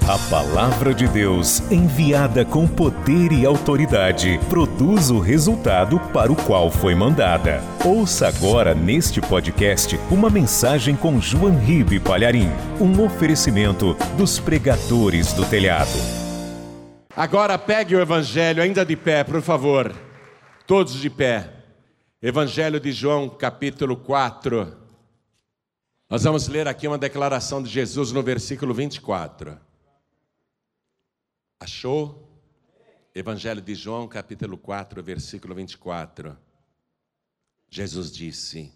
A palavra de Deus, enviada com poder e autoridade, produz o resultado para o qual foi mandada. Ouça agora neste podcast uma mensagem com João Ribe Palharim, um oferecimento dos pregadores do telhado. Agora pegue o Evangelho, ainda de pé, por favor. Todos de pé. Evangelho de João, capítulo 4. Nós vamos ler aqui uma declaração de Jesus no versículo 24. Achou? Evangelho de João, capítulo 4, versículo 24. Jesus disse: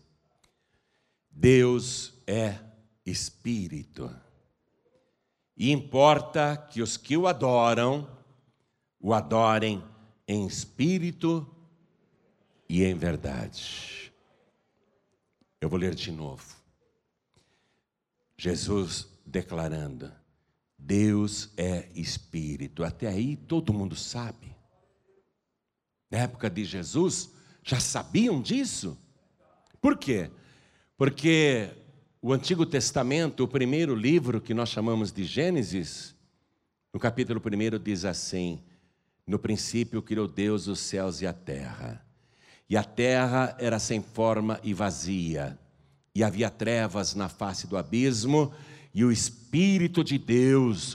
Deus é Espírito, e importa que os que o adorem em espírito e em verdade. Eu vou ler de novo. Jesus declarando: Deus é Espírito. Até aí todo mundo sabe. Na época de Jesus, já sabiam disso? Por quê? Porque o Antigo Testamento, o primeiro livro que nós chamamos de Gênesis, no capítulo 1 diz assim: no princípio criou Deus os céus e a terra era sem forma e vazia, e havia trevas na face do abismo, e o Espírito de Deus,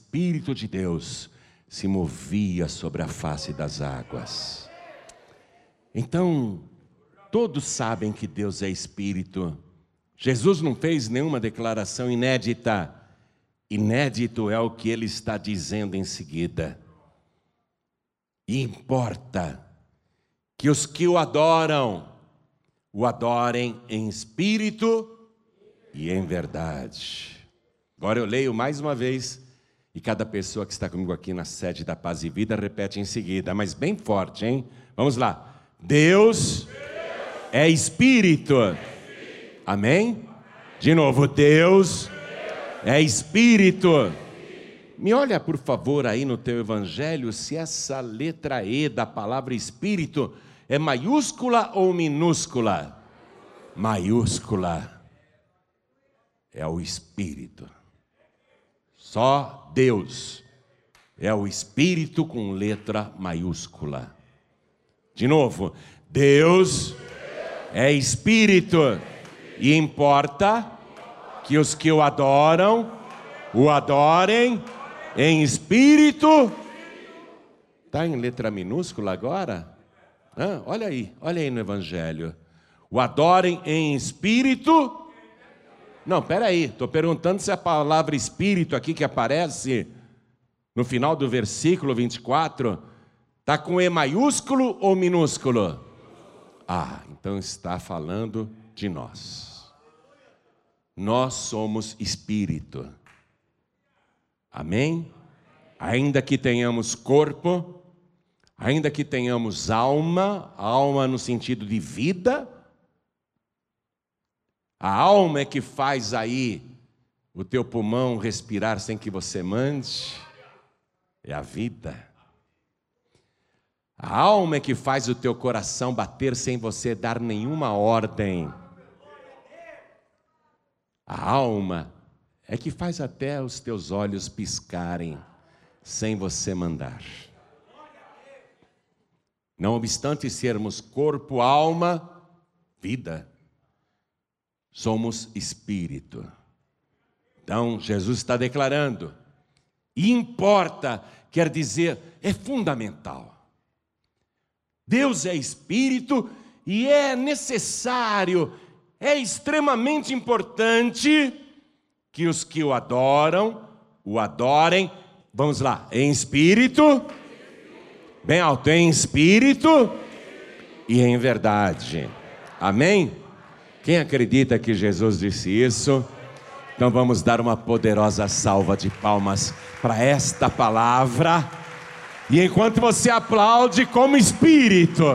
se movia sobre a face das águas. Então, todos sabem que Deus é Espírito. Jesus não fez nenhuma declaração inédita. Inédito é o que ele está dizendo em seguida. E importa que os que o adorem em espírito e em verdade. Agora eu leio mais uma vez, e cada pessoa que está comigo aqui na sede da Paz e Vida repete em seguida, mas bem forte, hein? Vamos lá. Deus é Espírito. Amém? De novo, Deus é Espírito. Me olha, por favor, aí no teu Evangelho, se essa letra E da palavra Espírito é maiúscula ou minúscula? Maiúscula. É o Espírito. Só Deus é o Espírito com letra maiúscula. De novo, Deus é Espírito, e importa que os que o adorem em espírito. Está em letra minúscula agora? Olha aí no Evangelho. O adorem em espírito. Não, peraí, estou perguntando se a palavra espírito aqui que aparece no final do versículo 24 está com E maiúsculo ou minúsculo? Então está falando de nós. Nós somos espírito. Amém? Ainda que tenhamos corpo, ainda que tenhamos alma no sentido de vida, a alma é que faz aí o teu pulmão respirar sem que você mande, é a vida. A alma é que faz o teu coração bater sem você dar nenhuma ordem. A alma é que faz até os teus olhos piscarem sem você mandar. Não obstante sermos corpo, alma, vida, somos espírito. Então, Jesus está declarando, importa, quer dizer, é fundamental. Deus é espírito e é necessário, é extremamente importante que os que o adorem, vamos lá, em espírito, bem alto, em espírito e em verdade. Amém? Quem acredita que Jesus disse isso? Então vamos dar uma poderosa salva de palmas para esta palavra. E enquanto você aplaude como espírito,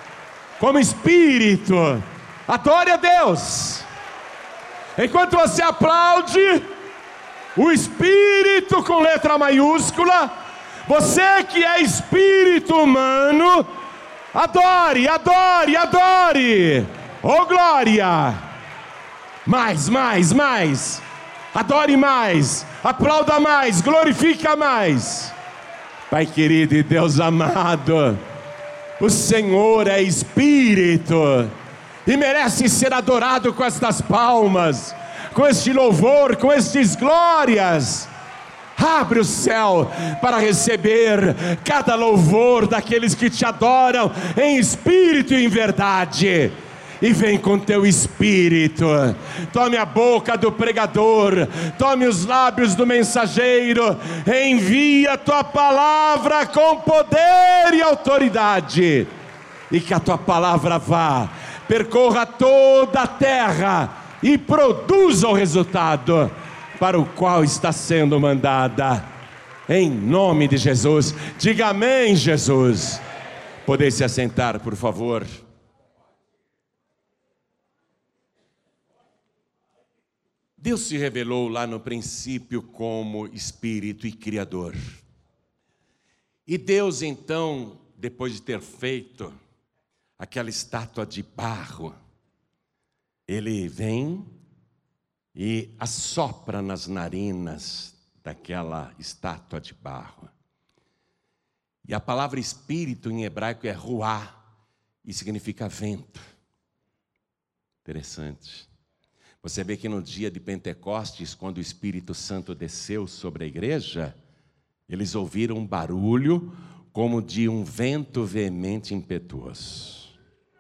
adore a Deus. Enquanto você aplaude o Espírito com letra maiúscula, você que é espírito humano, adore. Oh glória! Mais. adore mais, aplauda mais, glorifica mais. Pai querido e Deus amado, o Senhor é Espírito e merece ser adorado com estas palmas, com este louvor, com estes glórias. Abre o céu para receber cada louvor daqueles que te adoram em espírito e em verdade. E vem com teu espírito, tome a boca do pregador, tome os lábios do mensageiro, envia a tua palavra com poder e autoridade, e que a tua palavra vá, percorra toda a terra e produza o resultado para o qual está sendo mandada, em nome de Jesus. Diga amém, Jesus. Podem se assentar, por favor. Deus se revelou lá no princípio como Espírito e Criador. E Deus então, depois de ter feito aquela estátua de barro, Ele vem e assopra nas narinas daquela estátua de barro. E a palavra Espírito em hebraico é ruá, e significa vento. Interessante. Você vê que no dia de Pentecostes, quando o Espírito Santo desceu sobre a igreja, eles ouviram um barulho como de um vento veemente e impetuoso.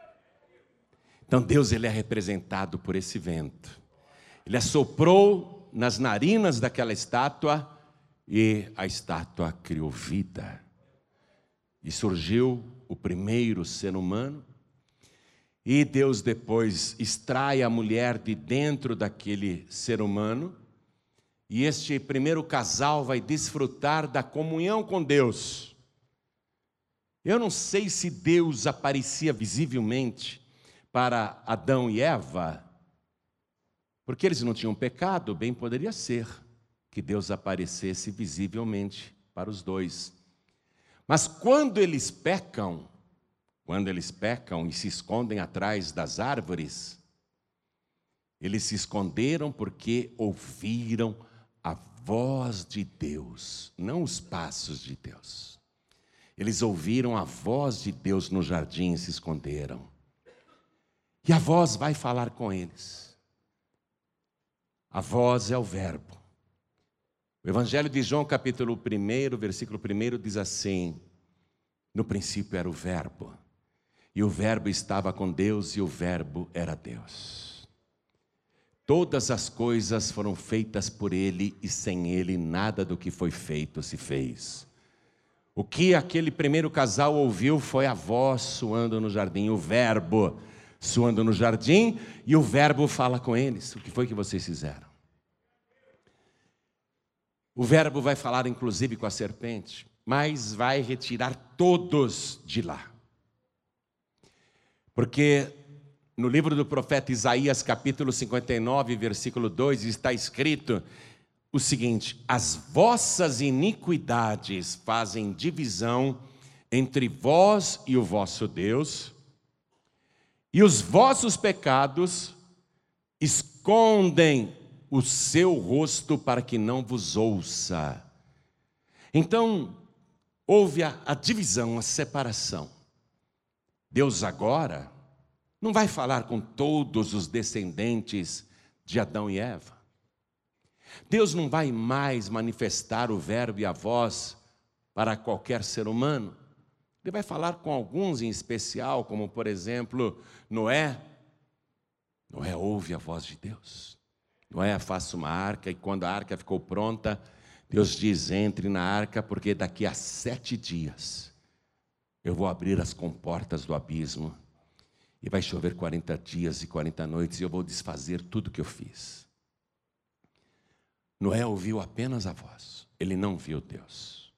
Então Deus, Ele é representado por esse vento. Ele assoprou nas narinas daquela estátua e a estátua criou vida. E surgiu o primeiro ser humano. E Deus depois extrai a mulher de dentro daquele ser humano. E este primeiro casal vai desfrutar da comunhão com Deus. Eu não sei se Deus aparecia visivelmente para Adão e Eva, porque eles não tinham pecado. Bem poderia ser que Deus aparecesse visivelmente para os dois. Mas quando eles pecam e se escondem atrás das árvores, eles se esconderam porque ouviram a voz de Deus, não os passos de Deus. Eles ouviram a voz de Deus no jardim e se esconderam. E a voz vai falar com eles. A voz é o verbo. O Evangelho de João, capítulo 1, versículo 1, diz assim: no princípio era o verbo, e o verbo estava com Deus, e o verbo era Deus. Todas as coisas foram feitas por Ele, e sem Ele nada do que foi feito se fez. O que aquele primeiro casal ouviu foi a voz soando no jardim, o verbo soando no jardim, e o verbo fala com eles: o que foi que vocês fizeram? O verbo vai falar inclusive com a serpente, mas vai retirar todos de lá. Porque no livro do profeta Isaías, capítulo 59, versículo 2, está escrito o seguinte: as vossas iniquidades fazem divisão entre vós e o vosso Deus, e os vossos pecados escondem o seu rosto para que não vos ouça. Então, houve a divisão, a separação. Deus agora não vai falar com todos os descendentes de Adão e Eva. Deus não vai mais manifestar o verbo e a voz para qualquer ser humano. Ele vai falar com alguns em especial, como por exemplo Noé. Noé ouve a voz de Deus. Noé faz uma arca, e quando a arca ficou pronta, Deus diz: entre na arca, porque daqui a 7 dias eu vou abrir as comportas do abismo, e vai chover 40 dias e 40 noites, e eu vou desfazer tudo que eu fiz. Noé ouviu apenas a voz, ele não viu Deus.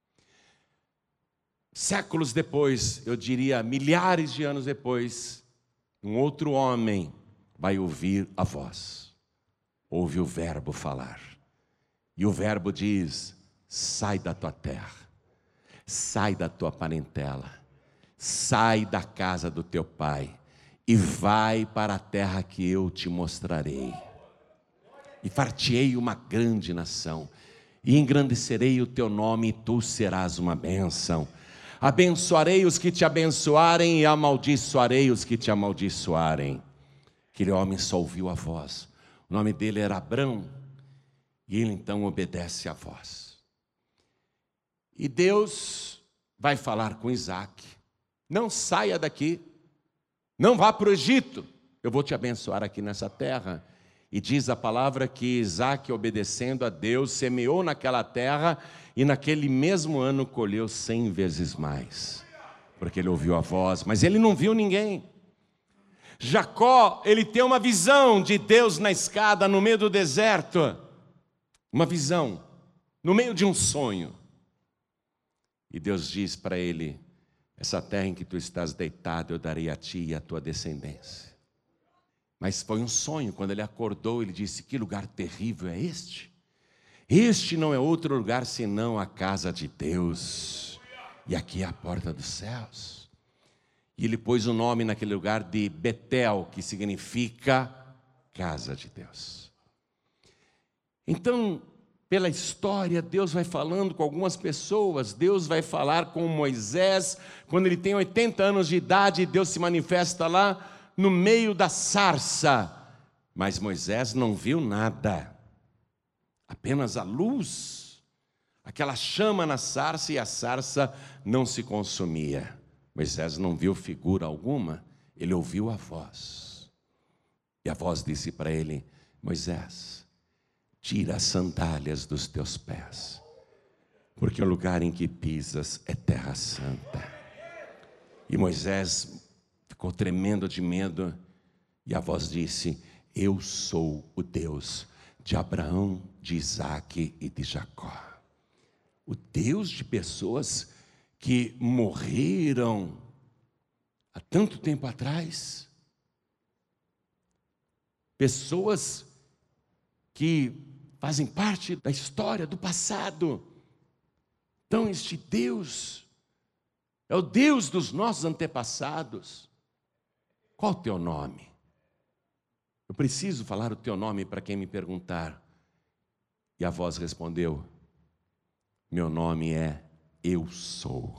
Séculos depois, eu diria milhares de anos depois, um outro homem vai ouvir a voz. Ouve o verbo falar. E o verbo diz: sai da tua terra, sai da tua parentela, sai da casa do teu pai e vai para a terra que eu te mostrarei. e far-te-ei uma grande nação, e engrandecerei o teu nome, e tu serás uma bênção. Abençoarei os que te abençoarem, e amaldiçoarei os que te amaldiçoarem. Aquele homem só ouviu a voz. O nome dele era Abrão, e ele então obedece à voz. E Deus vai falar com Isaac: não saia daqui, não vá para o Egito, eu vou te abençoar aqui nessa terra. E diz a palavra que Isaac, obedecendo a Deus, semeou naquela terra, e naquele mesmo ano colheu 100 vezes mais, porque ele ouviu a voz, mas ele não viu ninguém. Jacó, ele tem uma visão de Deus na escada, no meio do deserto, uma visão, no meio de um sonho. E Deus diz para ele: essa terra em que tu estás deitado, eu darei a ti e à tua descendência. Mas foi um sonho. Quando ele acordou, ele disse: que lugar terrível é este? Este não é outro lugar senão a casa de Deus, e aqui é a porta dos céus. E ele pôs o nome naquele lugar de Betel, que significa casa de Deus. Então, pela história, Deus vai falando com algumas pessoas. Deus vai falar com Moisés, quando ele tem 80 anos de idade, Deus se manifesta lá no meio da sarça, mas Moisés não viu nada, apenas a luz, aquela chama na sarça, e a sarça não se consumia. Moisés não viu figura alguma, ele ouviu a voz, e a voz disse para ele: Moisés, tira as sandálias dos teus pés, porque o lugar em que pisas é terra santa. E Moisés ficou tremendo de medo, e a voz disse: eu sou o Deus de Abraão, de Isaque e de Jacó. O Deus de pessoas que morreram há tanto tempo atrás, pessoas que fazem parte da história do passado. Então este Deus é o Deus dos nossos antepassados. Qual o teu nome? Eu preciso falar o teu nome para quem me perguntar. E a voz respondeu: meu nome é Eu Sou.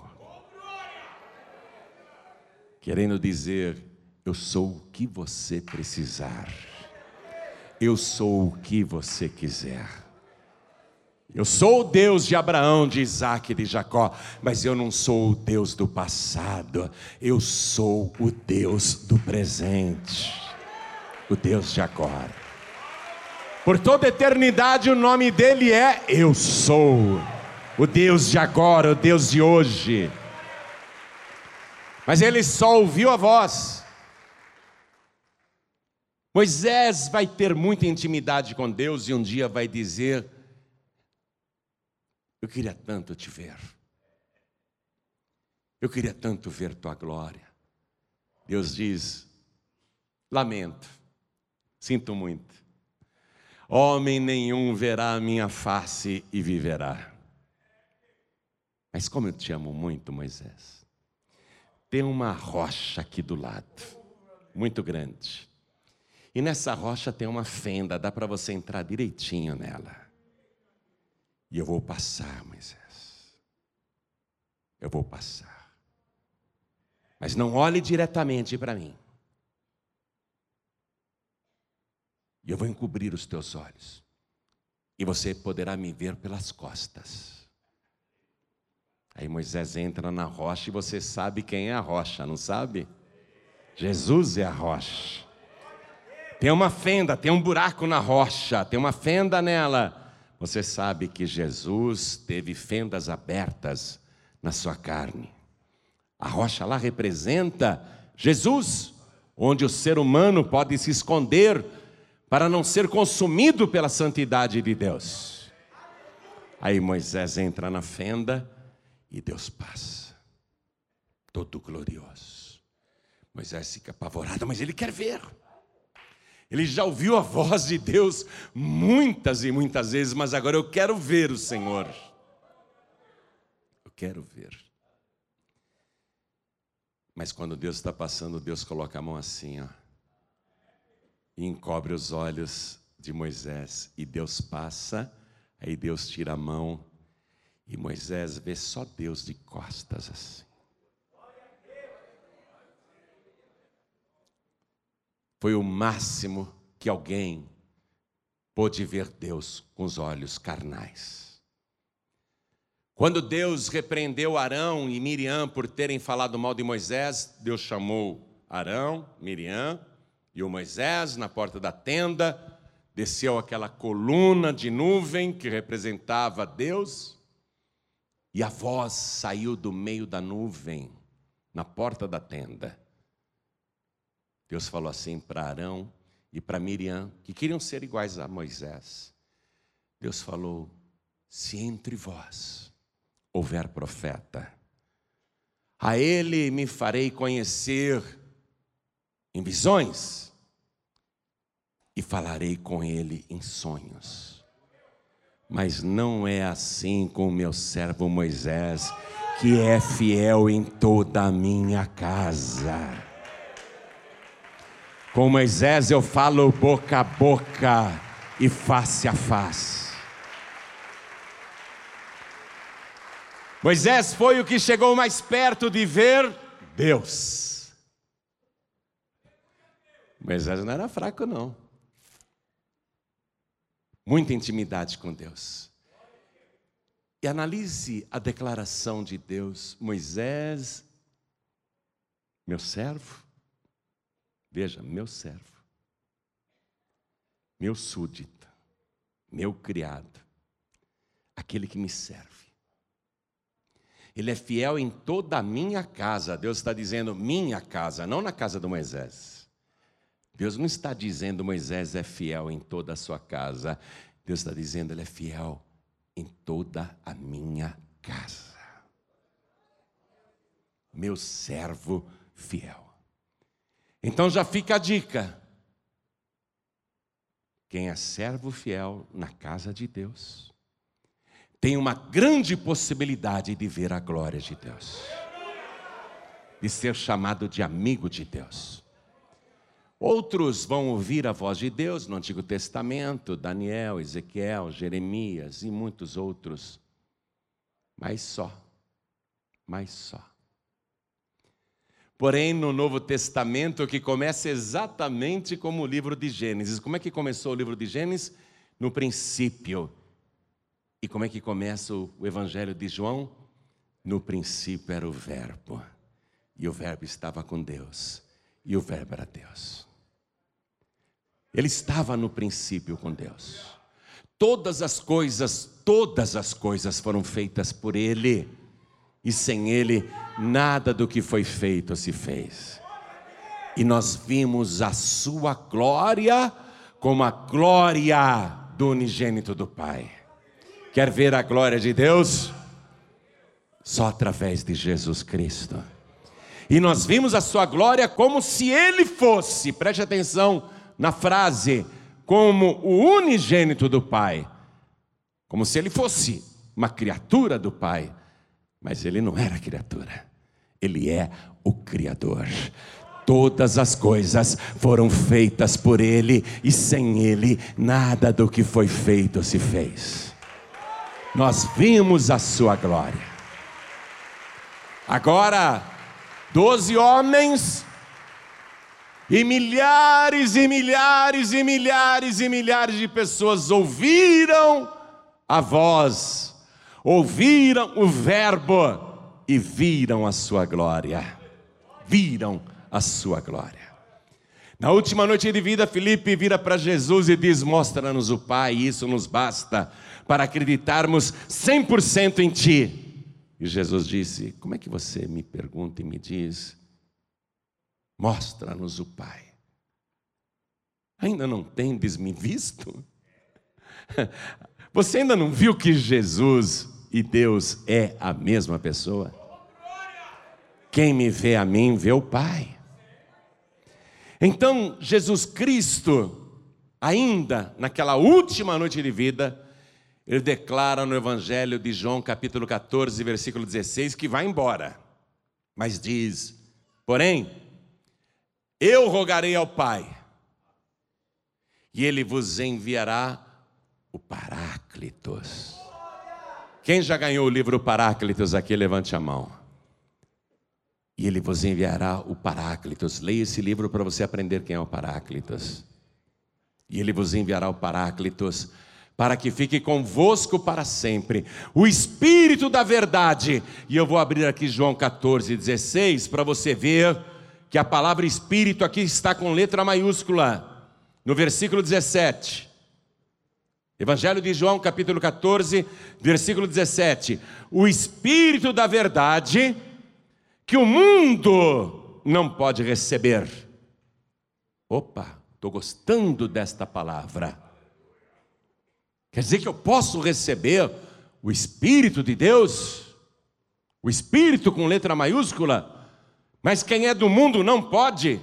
Querendo dizer, eu sou o que você precisar. Eu sou o que você quiser. Eu sou o Deus de Abraão, de Isaque e de Jacó, mas eu não sou o Deus do passado, eu sou o Deus do presente, o Deus de agora. Por toda a eternidade o nome dele é Eu Sou, o Deus de agora, o Deus de hoje. Mas ele só ouviu a voz. Moisés vai ter muita intimidade com Deus e um dia vai dizer: eu queria tanto te ver. Eu queria tanto ver tua glória. Deus diz: lamento, sinto muito. Homem nenhum verá a minha face e viverá. Mas como eu te amo muito, Moisés. Tem uma rocha aqui do lado, muito grande. E nessa rocha tem uma fenda, dá para você entrar direitinho nela. E eu vou passar, Moisés. Eu vou passar. Mas não olhe diretamente para mim. E eu vou encobrir os teus olhos. E você poderá me ver pelas costas. Aí Moisés entra na rocha e você sabe quem é a rocha, não sabe? Jesus é a rocha. Tem uma fenda, tem um buraco na rocha, tem uma fenda nela. Você sabe que Jesus teve fendas abertas na sua carne. A rocha lá representa Jesus, onde o ser humano pode se esconder para não ser consumido pela santidade de Deus. Aí Moisés entra na fenda e Deus passa, todo glorioso. Moisés fica apavorado, mas ele quer ver. Ele já ouviu a voz de Deus muitas e muitas vezes, mas agora eu quero ver o Senhor. Eu quero ver. Mas quando Deus está passando, Deus coloca a mão assim, ó, e encobre os olhos de Moisés. E Deus passa, aí Deus tira a mão, e Moisés vê só Deus de costas assim. Foi o máximo que alguém pôde ver Deus com os olhos carnais. Quando Deus repreendeu Arão e Miriam por terem falado mal de Moisés, Deus chamou Arão, Miriam e o Moisés na porta da tenda, desceu aquela coluna de nuvem que representava Deus, e a voz saiu do meio da nuvem, na porta da tenda. Deus falou assim para Arão e para Miriam, que queriam ser iguais a Moisés. Deus falou: se entre vós houver profeta, a ele me farei conhecer em visões, e falarei com ele em sonhos. Mas não é assim com o meu servo Moisés, que é fiel em toda a minha casa. Com Moisés eu falo boca a boca e face a face. Moisés foi o que chegou mais perto de ver Deus. Moisés não era fraco, não. Muita intimidade com Deus. E analise a declaração de Deus: Moisés, meu servo. Veja, meu servo, meu súdito, meu criado, aquele que me serve. Ele é fiel em toda a minha casa. Deus está dizendo minha casa, não na casa de Moisés. Deus não está dizendo Moisés é fiel em toda a sua casa. Deus está dizendo ele é fiel em toda a minha casa. Meu servo fiel. Então já fica a dica. Quem é servo fiel na casa de Deus tem uma grande possibilidade de ver a glória de Deus, de ser chamado de amigo de Deus. Outros vão ouvir a voz de Deus no Antigo Testamento, Daniel, Ezequiel, Jeremias e muitos outros, mas só. Porém, no Novo Testamento, que começa exatamente como o livro de Gênesis. Como é que começou o livro de Gênesis? No princípio. E como é que começa o Evangelho de João? No princípio era o Verbo, e o Verbo estava com Deus, e o Verbo era Deus. Ele estava no princípio com Deus. Todas as coisas foram feitas por Ele, e sem Ele, nada do que foi feito se fez. E nós vimos a sua glória como a glória do unigênito do Pai. Quer ver a glória de Deus? Só através de Jesus Cristo. E nós vimos a sua glória como se Ele fosse, preste atenção na frase, como o unigênito do Pai. Como se Ele fosse uma criatura do Pai. Mas Ele não era criatura, Ele é o Criador. Todas as coisas foram feitas por Ele, e sem Ele, nada do que foi feito se fez. Nós vimos a sua glória. Agora, 12 homens, e milhares e milhares e milhares e milhares de pessoas ouviram a voz, ouviram o Verbo e viram a sua glória. Viram a sua glória. Na última noite de vida, Filipe vira para Jesus e diz: mostra-nos o Pai, isso nos basta para acreditarmos 100% em Ti. E Jesus disse: como é que você me pergunta e me diz, mostra-nos o Pai? Ainda não tendes me visto? Você ainda não viu que Jesus e Deus é a mesma pessoa? Quem me vê a mim, vê o Pai. Então, Jesus Cristo, ainda naquela última noite de vida, Ele declara no Evangelho de João, capítulo 14, versículo 16, que vai embora. Mas diz: porém, eu rogarei ao Pai, e Ele vos enviará o Paráclitos. Quem já ganhou o livro Paráclitos aqui, levante a mão. E Ele vos enviará o Paráclitos. Leia esse livro para você aprender quem é o Paráclitos. E Ele vos enviará o Paráclitos, para que fique convosco para sempre, o Espírito da verdade. E eu vou abrir aqui João 14:16, para você ver que a palavra Espírito aqui está com letra maiúscula, no versículo 17. Evangelho de João, capítulo 14, versículo 17. O Espírito da verdade, que o mundo não pode receber. Opa, estou gostando desta palavra. Quer dizer que eu posso receber o Espírito de Deus, o Espírito com letra maiúscula, mas quem é do mundo não pode.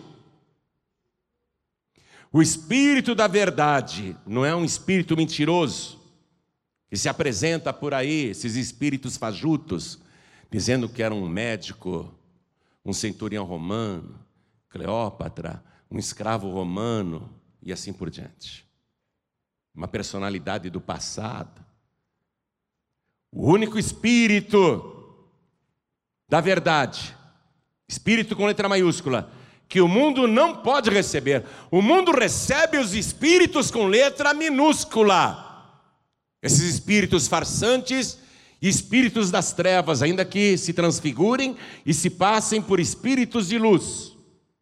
O Espírito da verdade não é um espírito mentiroso, que se apresenta por aí, esses espíritos fajutos, dizendo que era um médico, um centurião romano, Cleópatra, um escravo romano e assim por diante. Uma personalidade do passado. O único Espírito da verdade, Espírito com letra maiúscula, que o mundo não pode receber. O mundo recebe os espíritos com letra minúscula. Esses espíritos farsantes e espíritos das trevas, ainda que se transfigurem e se passem por espíritos de luz.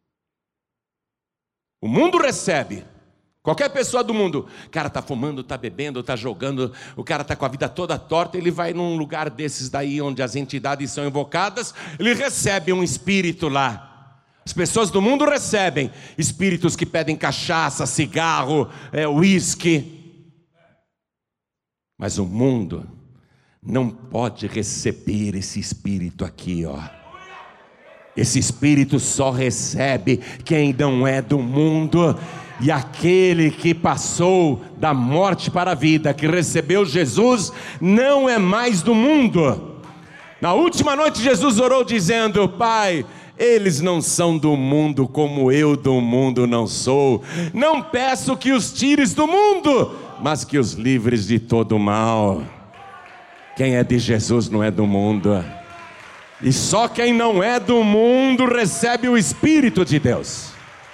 O mundo recebe. Qualquer pessoa do mundo, o cara está fumando, está bebendo, está jogando, o cara está com a vida toda torta, ele vai num lugar desses daí, onde as entidades são invocadas, ele recebe um espírito lá. As pessoas do mundo recebem espíritos que pedem cachaça, cigarro, uísque. Mas o mundo não pode receber esse espírito aqui, ó. Esse espírito só recebe quem não é do mundo. E aquele que passou da morte para a vida, que recebeu Jesus, não é mais do mundo. Na última noite Jesus orou dizendo: Pai, eles não são do mundo como eu do mundo não sou. Não peço que os tires do mundo, mas que os livres de todo mal. Quem é de Jesus não é do mundo. E só quem não é do mundo recebe o Espírito de Deus.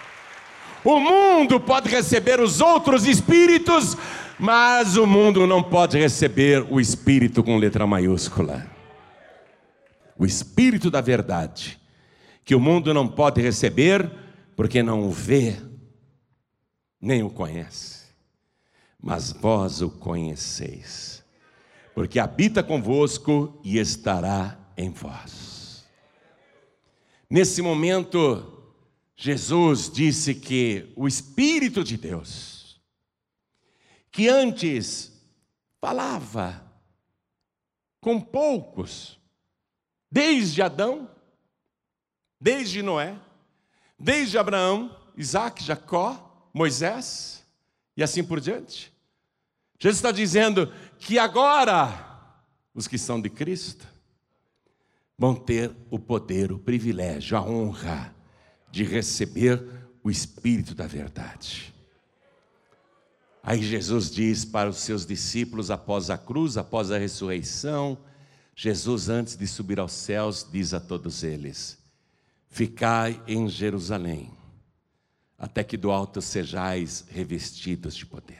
O mundo pode receber os outros espíritos, mas o mundo não pode receber o Espírito com letra maiúscula. O Espírito da verdade, que o mundo não pode receber, porque não o vê, nem o conhece. Mas vós o conheceis, porque habita convosco e estará em vós. Nesse momento, Jesus disse que o Espírito de Deus, que antes falava com poucos, desde Adão, desde Noé, desde Abraão, Isaac, Jacó, Moisés e assim por diante. Jesus está dizendo que agora os que são de Cristo vão ter o poder, o privilégio, a honra de receber o Espírito da verdade. Aí Jesus diz para os seus discípulos, após a cruz, após a ressurreição, Jesus, antes de subir aos céus, diz a todos eles: ficai em Jerusalém, até que do alto sejais revestidos de poder.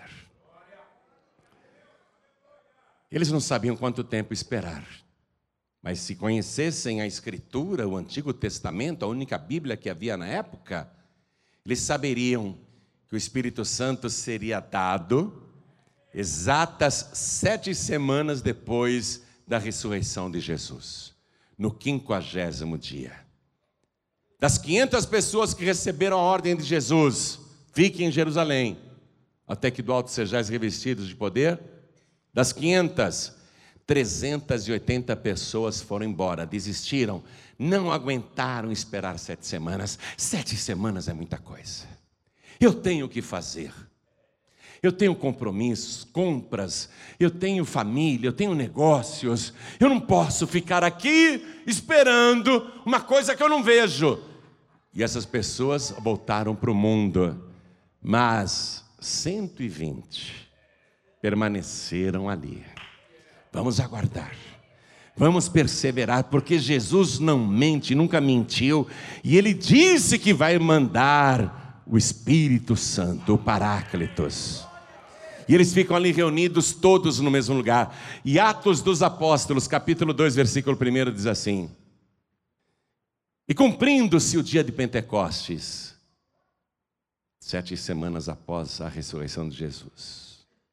Eles não sabiam quanto tempo esperar. Mas se conhecessem a Escritura, o Antigo Testamento, a única Bíblia que havia na época, eles saberiam que o Espírito Santo seria dado exatas 7 semanas depois da ressurreição de Jesus, no 50º dia. Das 500 pessoas que receberam a ordem de Jesus, fiquem em Jerusalém, até que do alto sejais revestidos de poder, das 500, 380 pessoas foram embora, desistiram, não aguentaram esperar 7 semanas. 7 semanas é muita coisa. Eu tenho que fazer. Eu tenho compromissos, compras, eu tenho família, eu tenho negócios. Eu não posso ficar aqui esperando uma coisa que eu não vejo. E essas pessoas voltaram para o mundo. Mas 120 permaneceram ali. Vamos aguardar. Vamos perseverar, porque Jesus não mente, nunca mentiu. E Ele disse que vai mandar o Espírito Santo, o Paráclitos. E eles ficam ali reunidos todos no mesmo lugar. E Atos dos Apóstolos, capítulo 2, versículo 1, diz assim: e cumprindo-se o dia de Pentecostes, 7 semanas após a ressurreição de Jesus,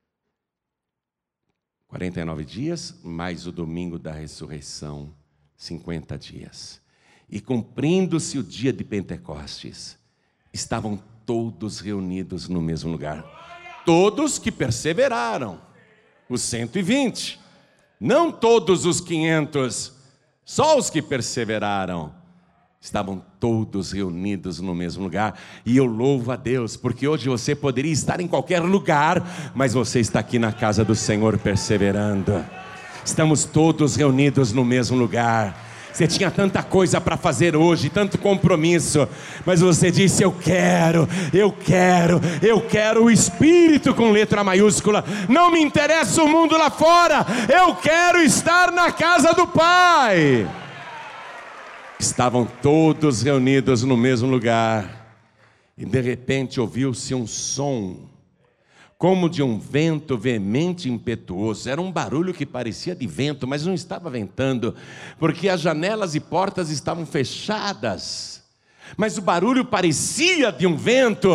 49 dias, mais o domingo da ressurreição, 50 dias. E cumprindo-se o dia de Pentecostes, estavam todos reunidos no mesmo lugar. Todos que perseveraram, os 120. Não todos os 500, só os que perseveraram. Estavam todos reunidos no mesmo lugar. E eu louvo a Deus, porque hoje você poderia estar em qualquer lugar, mas você está aqui na casa do Senhor perseverando. Estamos todos reunidos no mesmo lugar. Você tinha tanta coisa para fazer hoje, tanto compromisso, mas você disse: eu quero o Espírito com letra maiúscula. Não me interessa o mundo lá fora, eu quero estar na casa do Pai. Estavam todos reunidos no mesmo lugar, e de repente ouviu-se um som, como de um vento veemente e impetuoso. Era um barulho que parecia de vento, mas não estava ventando, porque as janelas e portas estavam fechadas. Mas o barulho parecia de um vento.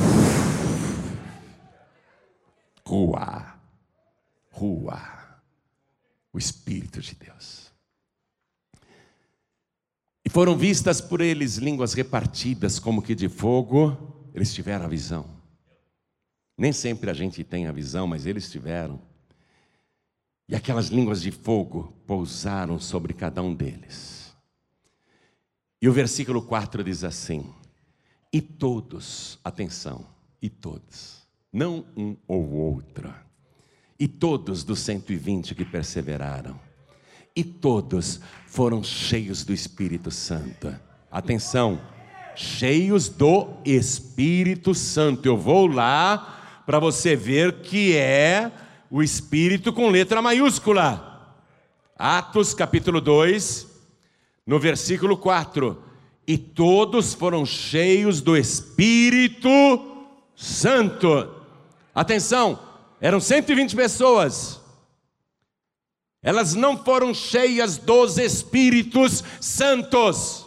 Rua, o Espírito de Deus. E foram vistas por eles línguas repartidas como que de fogo. Eles tiveram a visão. Nem sempre a gente tem a visão, mas eles tiveram. E aquelas línguas de fogo pousaram sobre cada um deles. E o versículo 4 diz assim: e todos, atenção, e todos, não um ou outro, e todos dos 120 que perseveraram, e todos foram cheios do Espírito Santo. Atenção, cheios do Espírito Santo. Eu vou lá para você ver que é o Espírito com letra maiúscula. Atos capítulo 2, no versículo 4. E todos foram cheios do Espírito Santo. Atenção, eram 120 pessoas. Elas não foram cheias dos Espíritos Santos.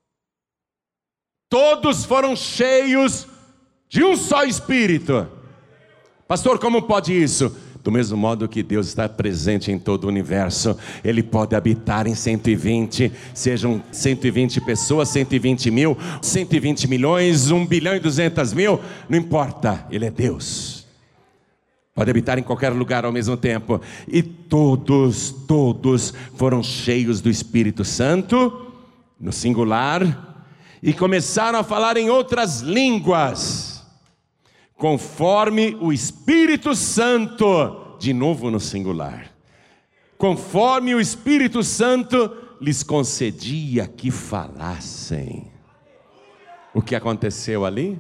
Todos foram cheios de um só Espírito. Pastor, como pode isso? Do mesmo modo que Deus está presente em todo o universo, Ele pode habitar em 120, sejam 120 pessoas, 120 mil, 120 milhões, 1 bilhão e 200 mil, não importa, Ele é Deus. Pode habitar em qualquer lugar ao mesmo tempo. E todos foram cheios do Espírito Santo, no singular, e começaram a falar em outras línguas, conforme o Espírito Santo, de novo no singular, conforme o Espírito Santo lhes concedia que falassem. O que aconteceu ali?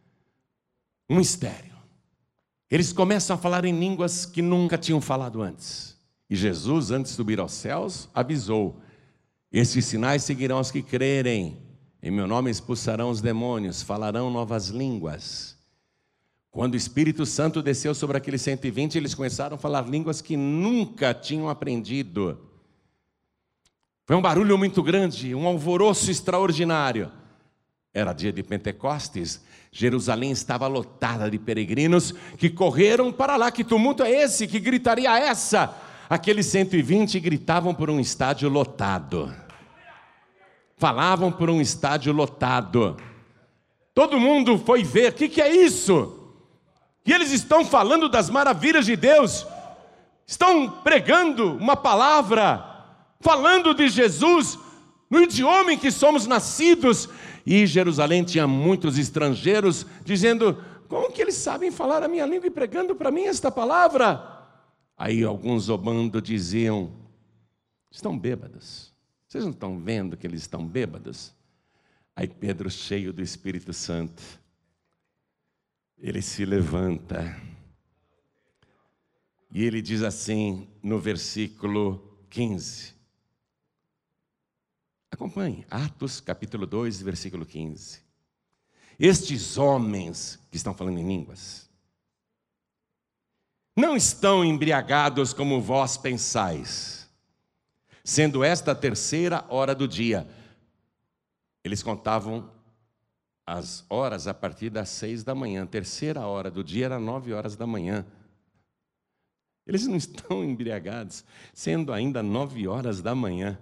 Um mistério. Eles começam a falar em línguas que nunca tinham falado antes. E Jesus, antes de subir aos céus, avisou: esses sinais seguirão os que crerem. Em meu nome expulsarão os demônios, falarão novas línguas. Quando o Espírito Santo desceu sobre aqueles 120, eles começaram a falar línguas que nunca tinham aprendido. Foi um barulho muito grande, um alvoroço extraordinário. Era dia de Pentecostes, Jerusalém estava lotada de peregrinos que correram para lá. Que tumulto é esse? Que gritaria é essa? Aqueles 120 gritavam por um estádio lotado. Falavam por um estádio lotado. Todo mundo foi ver, o que é isso? E eles estão falando das maravilhas de Deus, estão pregando uma palavra, falando de Jesus, no idioma em que somos nascidos. E Jerusalém tinha muitos estrangeiros, dizendo: como que eles sabem falar a minha língua e pregando para mim esta palavra? Aí alguns zombando diziam: estão bêbados, vocês não estão vendo que eles estão bêbados? Aí Pedro, cheio do Espírito Santo, ele se levanta e ele diz assim no versículo 15. Acompanhe, Atos capítulo 2, versículo 15. Estes homens que estão falando em línguas não estão embriagados como vós pensais, sendo esta a terceira hora do dia. Eles contavam as horas a partir das 6 da manhã. A terceira hora do dia era 9 horas da manhã. Eles não estão embriagados, sendo ainda 9 horas da manhã.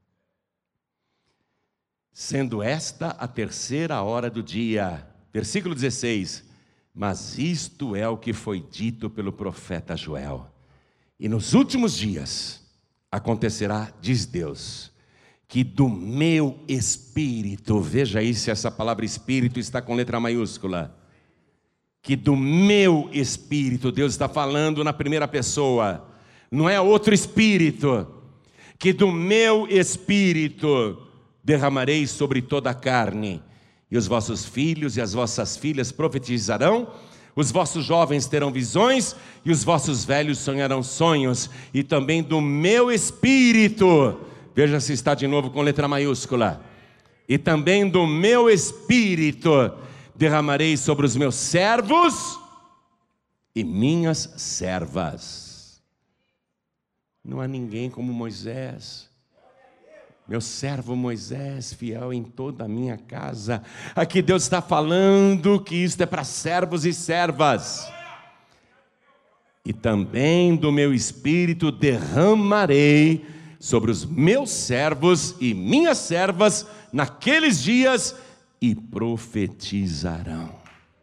Sendo esta a terceira hora do dia. Versículo 16. Mas isto é o que foi dito pelo profeta Joel. E nos últimos dias acontecerá, diz Deus, que do meu espírito, veja aí se essa palavra espírito está com letra maiúscula, que do meu espírito, Deus está falando na primeira pessoa, não é outro espírito, que do meu espírito derramarei sobre toda a carne, e os vossos filhos e as vossas filhas profetizarão, os vossos jovens terão visões, e os vossos velhos sonharão sonhos, e também do meu espírito, veja se está de novo com letra maiúscula, e também do meu espírito derramarei sobre os meus servos e minhas servas. Não há ninguém como Moisés. Meu servo Moisés, fiel em toda a minha casa. Aqui Deus está falando que isto é para servos e servas. E também do meu espírito derramarei sobre os meus servos e minhas servas naqueles dias, e profetizarão.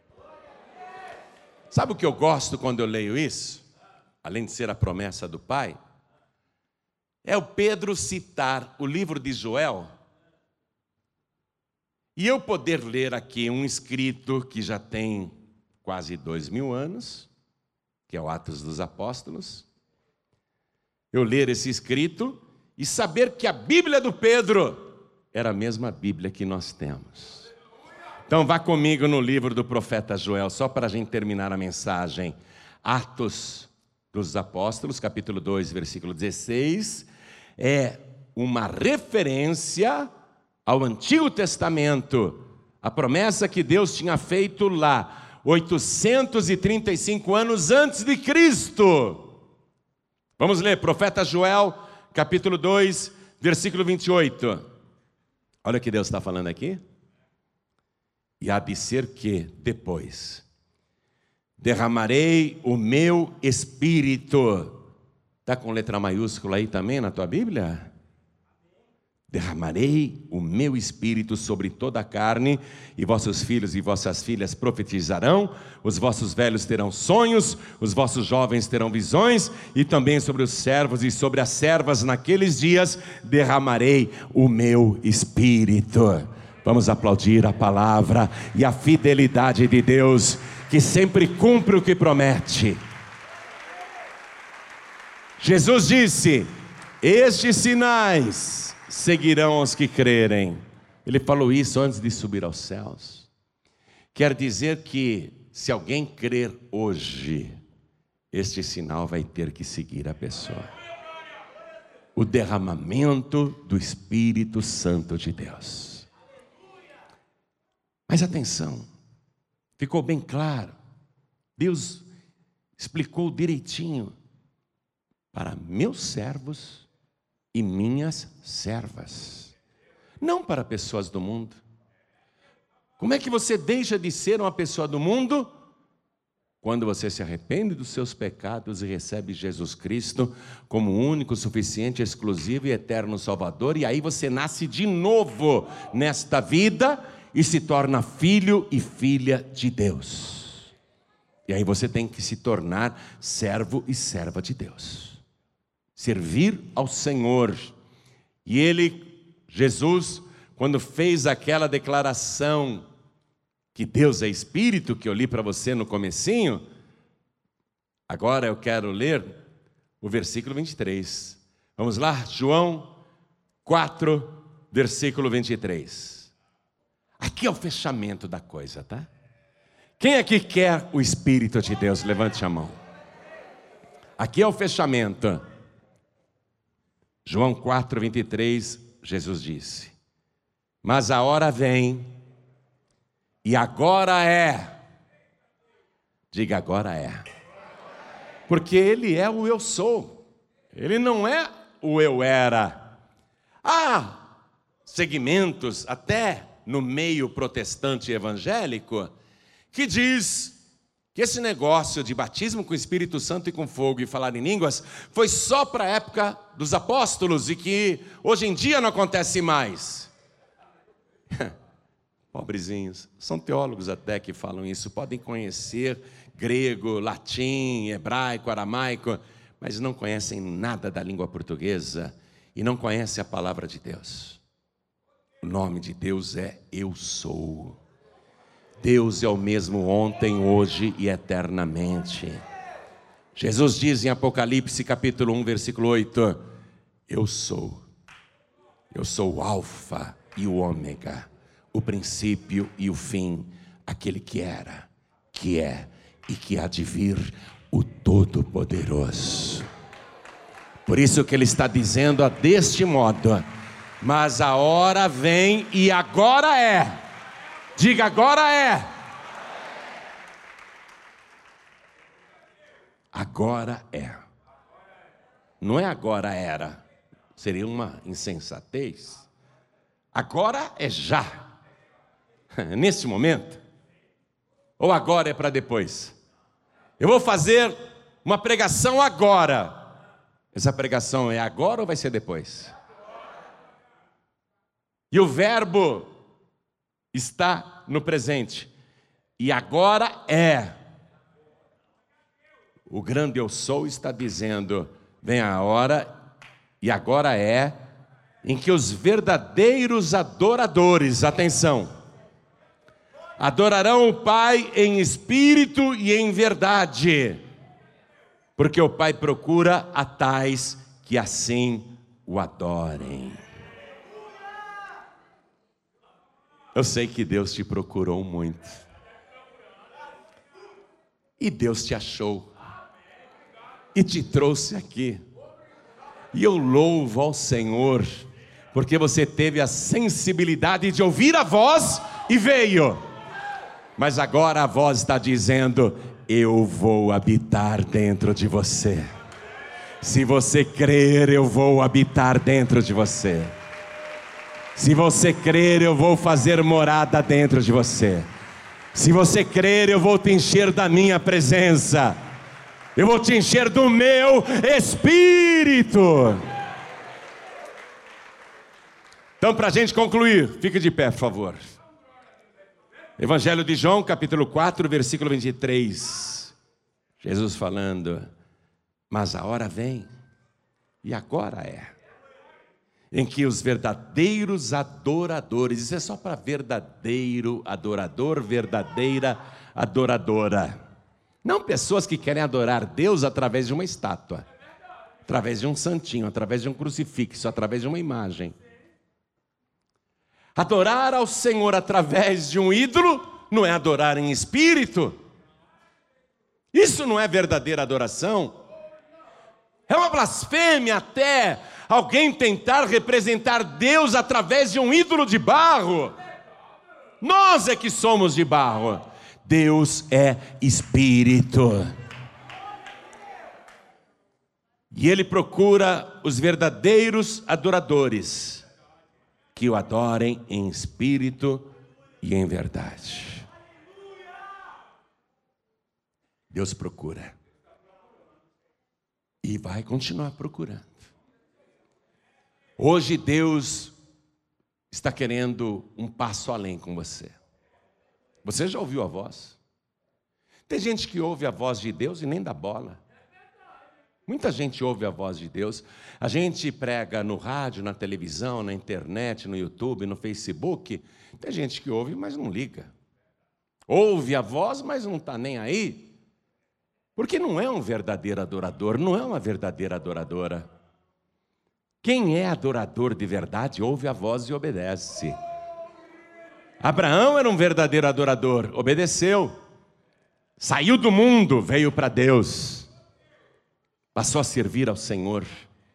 Sabe o que eu gosto quando eu leio isso? Além de ser a promessa do Pai, é o Pedro citar o livro de Joel e eu poder ler aqui um escrito que já tem quase 2000 anos, que é o Atos dos Apóstolos. Eu ler esse escrito e saber que a Bíblia do Pedro era a mesma Bíblia que nós temos. Então vá comigo no livro do profeta Joel, só para a gente terminar a mensagem. Atos dos Apóstolos, capítulo 2, versículo 16, é uma referência ao Antigo Testamento, a promessa que Deus tinha feito lá, 835 anos antes de Cristo. Vamos ler, profeta Joel, capítulo 2, versículo 28. Olha o que Deus está falando aqui. E há de ser que, depois, derramarei o meu espírito. Está com letra maiúscula aí também na tua Bíblia? Derramarei o meu espírito sobre toda a carne, e vossos filhos e vossas filhas profetizarão, os vossos velhos terão sonhos, os vossos jovens terão visões, e também sobre os servos e sobre as servas naqueles dias derramarei o meu espírito. Vamos aplaudir a palavra e a fidelidade de Deus, que sempre cumpre o que promete. Jesus disse: estes sinais seguirão os que crerem. Ele falou isso antes de subir aos céus. Quer dizer que se alguém crer hoje, este sinal vai ter que seguir a pessoa: o derramamento do Espírito Santo de Deus. Mas atenção, ficou bem claro, Deus explicou direitinho para meus servos e minhas servas, não para pessoas do mundo. Como é que você deixa de ser uma pessoa do mundo? Quando você se arrepende dos seus pecados e recebe Jesus Cristo como o único, suficiente, exclusivo e eterno Salvador, e aí você nasce de novo nesta vida e se torna filho e filha de Deus. E aí você tem que se tornar servo e serva de Deus, servir ao Senhor. E ele, Jesus, quando fez aquela declaração que Deus é Espírito, que eu li para você no comecinho, agora eu quero ler o versículo 23. Vamos lá, João 4, versículo 23. Aqui é o fechamento da coisa, tá? Quem aqui quer o Espírito de Deus? Levante a mão. Aqui é o fechamento. João 4:23, Jesus disse: mas a hora vem, e agora é. Diga, agora é. Porque Ele é o eu sou. Ele não é o eu era. Há segmentos, até no meio protestante e evangélico, que diz que esse negócio de batismo com o Espírito Santo e com fogo e falar em línguas foi só para a época dos apóstolos e que hoje em dia não acontece mais. Pobrezinhos, são teólogos até que falam isso, podem conhecer grego, latim, hebraico, aramaico, mas não conhecem nada da língua portuguesa e não conhecem a palavra de Deus. O nome de Deus é Eu Sou. Deus é o mesmo ontem, hoje e eternamente. Jesus diz em Apocalipse capítulo 1, versículo 8: Eu sou o Alfa e o Ômega, o princípio e o fim, aquele que era, que é e que há de vir, o Todo-Poderoso. Por isso que ele está dizendo deste modo: mas a hora vem e agora é. Diga, agora é. Agora é. Não é agora era. Seria uma insensatez. Agora é já. Nesse momento. Ou agora é para depois. Eu vou fazer uma pregação agora. Essa pregação é agora ou vai ser depois? E o verbo está no presente. E agora é. O grande eu sou está dizendo: vem a hora, e agora é, em que os verdadeiros adoradores, atenção, adorarão o Pai em espírito e em verdade, porque o Pai procura a tais que assim o adorem. Eu sei que Deus te procurou muito. E Deus te achou. E te trouxe aqui. E eu louvo ao Senhor, porque você teve a sensibilidade de ouvir a voz e veio. Mas agora a voz está dizendo: eu vou habitar dentro de você. Se você crer, eu vou habitar dentro de você. Se você crer, eu vou fazer morada dentro de você. Se você crer, eu vou te encher da minha presença. Eu vou te encher do meu Espírito. Então, para a gente concluir, fique de pé, por favor. Evangelho de João, capítulo 4, versículo 23. Jesus falando: mas a hora vem, e agora é, em que os verdadeiros adoradores, isso é só para verdadeiro adorador, verdadeira adoradora, não pessoas que querem adorar Deus através de uma estátua, através de um santinho, através de um crucifixo, através de uma imagem. Adorar ao Senhor através de um ídolo não é adorar em espírito. Isso não é verdadeira adoração. É uma blasfêmia até alguém tentar representar Deus através de um ídolo de barro. Nós é que somos de barro. Deus é Espírito. E Ele procura os verdadeiros adoradores, que o adorem em espírito e em verdade. Deus procura. E vai continuar procurando. Hoje Deus está querendo um passo além com você. Você já ouviu a voz? Tem gente que ouve a voz de Deus e nem dá bola. Muita gente ouve a voz de Deus. A gente prega no rádio, na televisão, na internet, no YouTube, no Facebook. Tem gente que ouve, mas não liga. Ouve a voz, mas não está nem aí. Porque não é um verdadeiro adorador, não é uma verdadeira adoradora. Quem é adorador de verdade, ouve a voz e obedece. Abraão era um verdadeiro adorador, obedeceu. Saiu do mundo, veio para Deus. Passou a servir ao Senhor.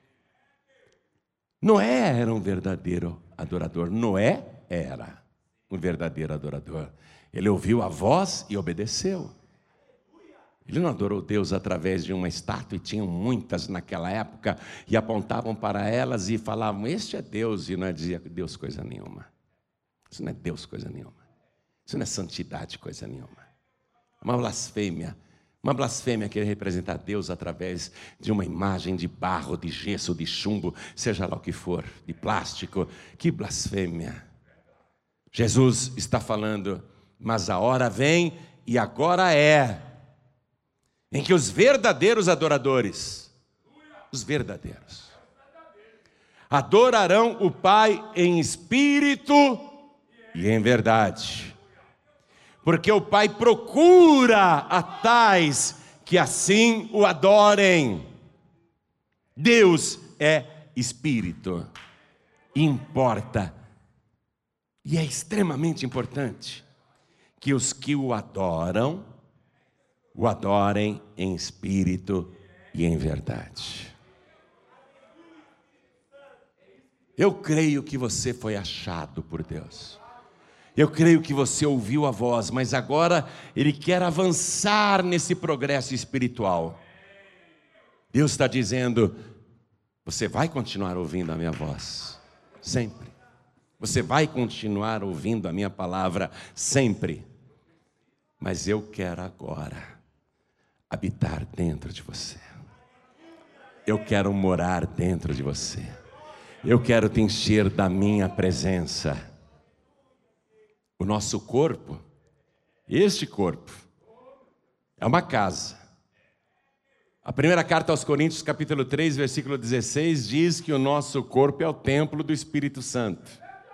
Noé era um verdadeiro adorador. Noé era um verdadeiro adorador. Ele ouviu a voz e obedeceu. Ele não adorou Deus através de uma estátua, e tinham muitas naquela época, e apontavam para elas e falavam, este é Deus, e não dizia Deus coisa nenhuma. Isso não é Deus coisa nenhuma. Isso não é santidade coisa nenhuma. Uma blasfêmia querer representar Deus através de uma imagem de barro, de gesso, de chumbo, seja lá o que for, de plástico. Que blasfêmia! Jesus está falando, mas a hora vem e agora é, em que os verdadeiros adoradores, os verdadeiros, adorarão o Pai em espírito e em verdade. Porque o Pai procura a tais que assim o adorem. Deus é espírito. Importa, e é extremamente importante, que os que o adorem em espírito e em verdade. Eu creio que você foi achado por Deus. Eu creio que você ouviu a voz, mas agora Ele quer avançar nesse progresso espiritual. Deus está dizendo, você vai continuar ouvindo a minha voz, sempre. Você vai continuar ouvindo a minha palavra, sempre. Mas eu quero agora habitar dentro de você. Eu quero morar dentro de você. Eu quero te encher da minha presença. O nosso corpo, este corpo, é uma casa. A primeira carta aos Coríntios, capítulo 3, versículo 16, diz que o nosso corpo é o templo do Espírito Santo.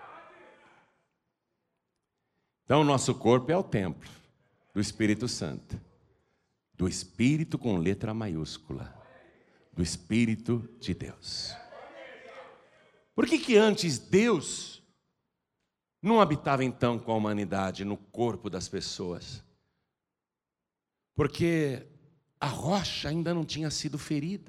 Então, o nosso corpo é o templo do Espírito Santo. Do Espírito com letra maiúscula. Do Espírito de Deus. Por que antes Deus não habitava então com a humanidade, no corpo das pessoas? Porque a rocha ainda não tinha sido ferida.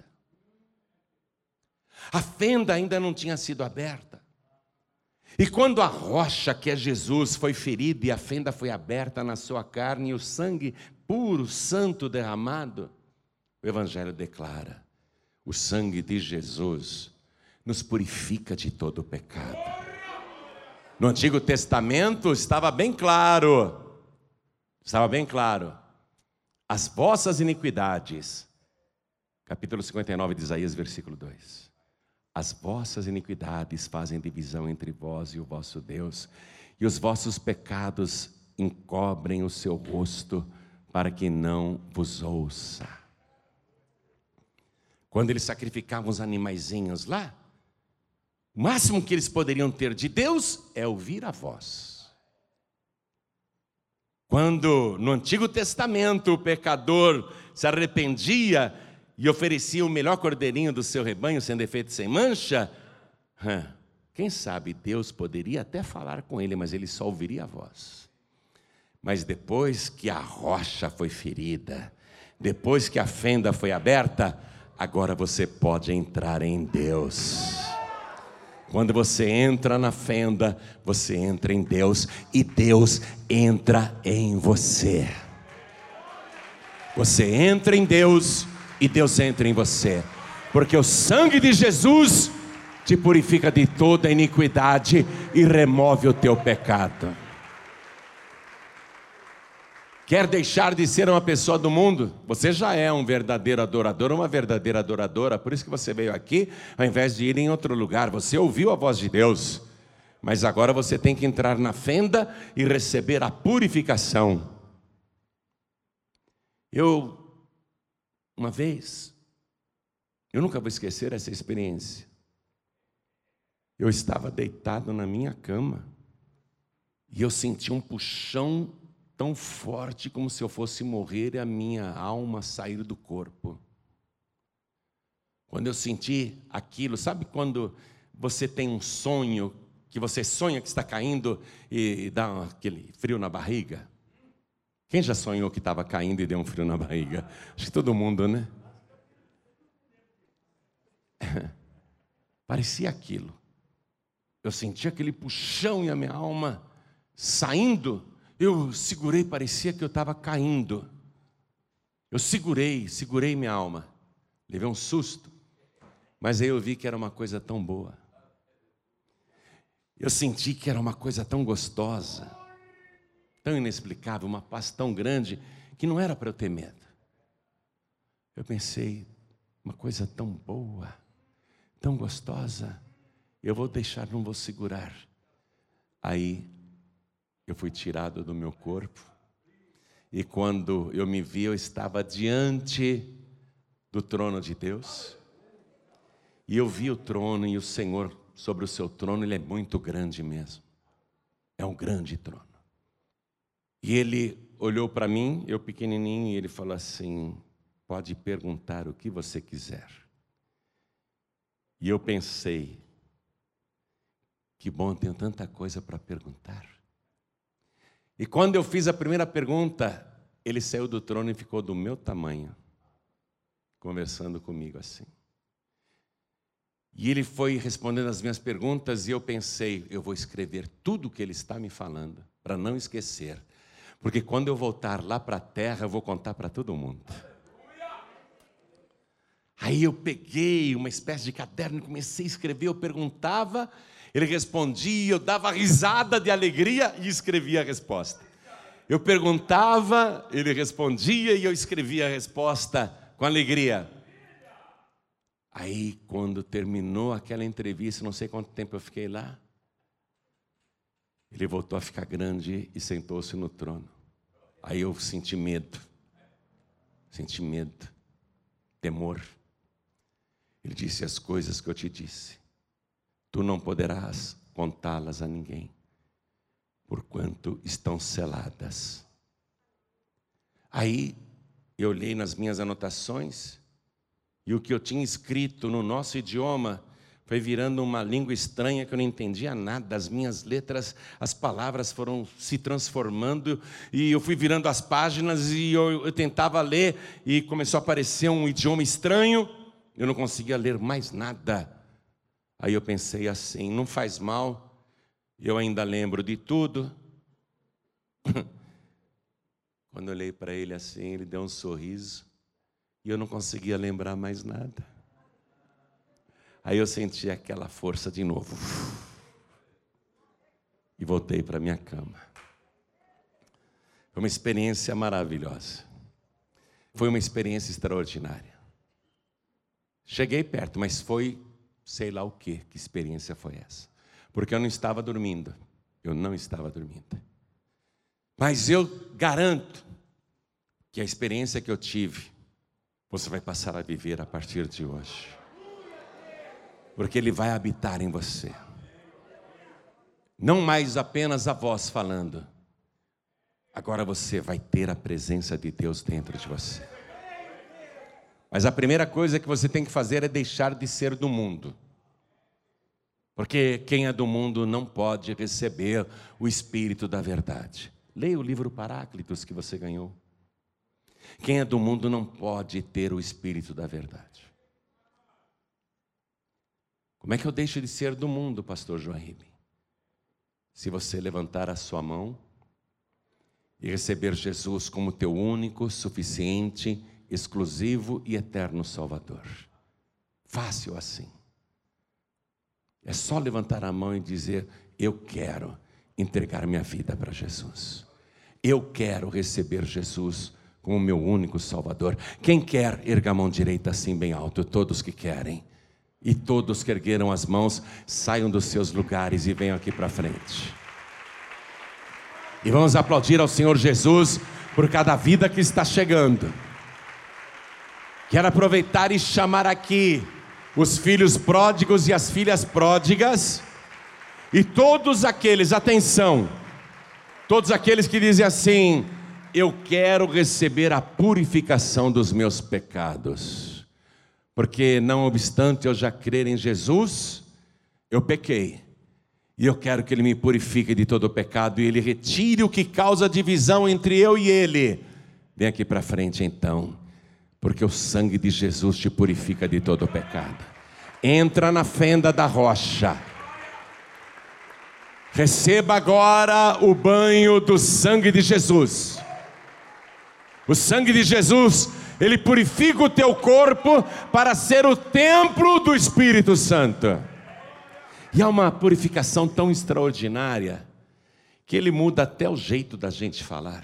A fenda ainda não tinha sido aberta. E quando a rocha, que é Jesus, foi ferida e a fenda foi aberta na sua carne, e o sangue puro, santo derramado, o Evangelho declara, o sangue de Jesus nos purifica de todo o pecado. No Antigo Testamento estava bem claro, as vossas iniquidades, capítulo 59 de Isaías, versículo 2. As vossas iniquidades fazem divisão entre vós e o vosso Deus, e os vossos pecados encobrem o seu rosto, para que não vos ouça. Quando eles sacrificavam os animaizinhos lá, o máximo que eles poderiam ter de Deus é ouvir a voz. Quando no Antigo Testamento o pecador se arrependia e oferecia o melhor cordeirinho do seu rebanho, sem defeito e sem mancha, quem sabe Deus poderia até falar com ele, mas ele só ouviria a voz. Mas depois que a rocha foi ferida, depois que a fenda foi aberta, agora você pode entrar em Deus. Quando você entra na fenda, você entra em Deus e Deus entra em você. Você entra em Deus e Deus entra em você, porque o sangue de Jesus te purifica de toda iniquidade e remove o teu pecado. Quer deixar de ser uma pessoa do mundo? Você já é um verdadeiro adorador, uma verdadeira adoradora. Por isso que você veio aqui, ao invés de ir em outro lugar. Você ouviu a voz de Deus, mas agora você tem que entrar na fenda e receber a purificação. Uma vez, eu nunca vou esquecer essa experiência. Eu estava deitado na minha cama e eu senti um puxão tão forte como se eu fosse morrer e a minha alma sair do corpo. Quando eu senti aquilo, sabe quando você tem um sonho, que você sonha que está caindo e dá aquele frio na barriga? Quem já sonhou que estava caindo e deu um frio na barriga? Acho que todo mundo, né? Parecia aquilo. Eu senti aquele puxão e a minha alma saindo. Eu segurei, parecia que eu estava caindo. Eu segurei minha alma. Levei um susto. Mas aí eu vi que era uma coisa tão boa. Eu senti que era uma coisa tão gostosa, tão inexplicável, uma paz tão grande, que não era para eu ter medo. Eu pensei, uma coisa tão boa, tão gostosa, eu vou deixar, não vou segurar. Aí eu fui tirado do meu corpo, e quando eu me vi, eu estava diante do trono de Deus, e eu vi o trono e o Senhor sobre o seu trono. Ele é muito grande mesmo, é um grande trono. E ele olhou para mim, eu pequenininho, e ele falou assim: pode perguntar o que você quiser. E eu pensei, que bom, tenho tanta coisa para perguntar. E quando eu fiz a primeira pergunta, ele saiu do trono e ficou do meu tamanho, conversando comigo assim. E ele foi respondendo as minhas perguntas, e eu pensei, eu vou escrever tudo o que ele está me falando, para não esquecer. Porque quando eu voltar lá para a terra, eu vou contar para todo mundo. Aí eu peguei uma espécie de caderno e comecei a escrever. Eu perguntava, ele respondia, eu dava risada de alegria e escrevia a resposta. Eu perguntava, ele respondia e eu escrevia a resposta com alegria. Aí, quando terminou aquela entrevista, não sei quanto tempo eu fiquei lá, ele voltou a ficar grande e sentou-se no trono. Aí eu senti medo, temor. Ele disse as coisas que eu te disse. Tu não poderás contá-las a ninguém, porquanto estão seladas. Aí eu olhei nas minhas anotações, e o que eu tinha escrito no nosso idioma foi virando uma língua estranha que eu não entendia nada. As minhas letras, as palavras foram se transformando, e eu fui virando as páginas e eu tentava ler, e começou a aparecer um idioma estranho, eu não conseguia ler mais nada. Aí eu pensei assim, não faz mal, eu ainda lembro de tudo. Quando eu olhei para ele assim, ele deu um sorriso, e eu não conseguia lembrar mais nada. Aí eu senti aquela força de novo. E voltei para minha cama. Foi uma experiência maravilhosa. Foi uma experiência extraordinária. Cheguei perto, mas foi sei lá o quê. Que experiência foi essa? Porque eu não estava dormindo. Eu não estava dormindo. Mas eu garanto que a experiência que eu tive, você vai passar a viver a partir de hoje. Porque Ele vai habitar em você. Não mais apenas a voz falando. Agora você vai ter a presença de Deus dentro de você. Mas a primeira coisa que você tem que fazer é deixar de ser do mundo. Porque quem é do mundo não pode receber o Espírito da verdade. Leia o livro Paráclitos que você ganhou. Quem é do mundo não pode ter o Espírito da verdade. Como é que eu deixo de ser do mundo, pastor Joaíbe? Se você levantar a sua mão e receber Jesus como teu único, suficiente, exclusivo e eterno Salvador. Fácil assim. É só levantar a mão e dizer, eu quero entregar minha vida para Jesus. Eu quero receber Jesus como meu único Salvador. Quem quer, erga a mão direita assim bem alto, todos que querem. E todos que ergueram as mãos, saiam dos seus lugares e venham aqui para frente. E vamos aplaudir ao Senhor Jesus por cada vida que está chegando. Quero aproveitar e chamar aqui os filhos pródigos e as filhas pródigas. E todos aqueles, atenção, todos aqueles que dizem assim, eu quero receber a purificação dos meus pecados. Porque não obstante eu já crer em Jesus, eu pequei. E eu quero que Ele me purifique de todo o pecado e Ele retire o que causa divisão entre eu e Ele. Vem aqui para frente então, porque o sangue de Jesus te purifica de todo o pecado. Entra na fenda da rocha. Receba agora o banho do sangue de Jesus. O sangue de Jesus, ele purifica o teu corpo para ser o templo do Espírito Santo. E há uma purificação tão extraordinária que ele muda até o jeito da gente falar.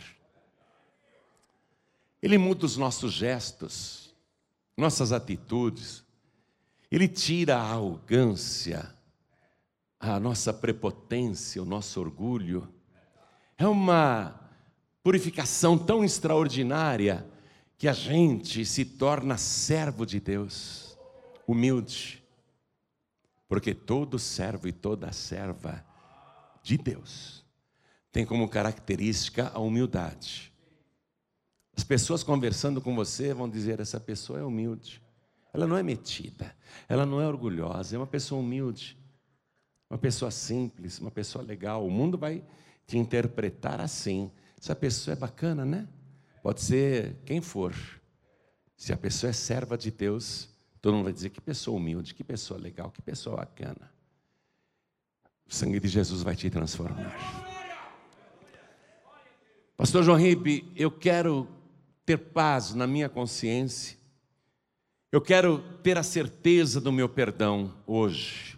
Ele muda os nossos gestos, nossas atitudes. Ele tira a arrogância, a nossa prepotência, o nosso orgulho. É uma purificação tão extraordinária que a gente se torna servo de Deus, humilde. Porque todo servo e toda serva de Deus tem como característica a humildade. As pessoas conversando com você vão dizer: essa pessoa é humilde. Ela não é metida, ela não é orgulhosa, é uma pessoa humilde, uma pessoa simples, uma pessoa legal. O mundo vai te interpretar assim. Essa pessoa é bacana, né? Pode ser quem for. Se a pessoa é serva de Deus, todo mundo vai dizer: que pessoa humilde, que pessoa legal, que pessoa bacana. O sangue de Jesus vai te transformar. Pastor João Ribe, eu quero ter paz na minha consciência. Eu quero ter a certeza do meu perdão hoje.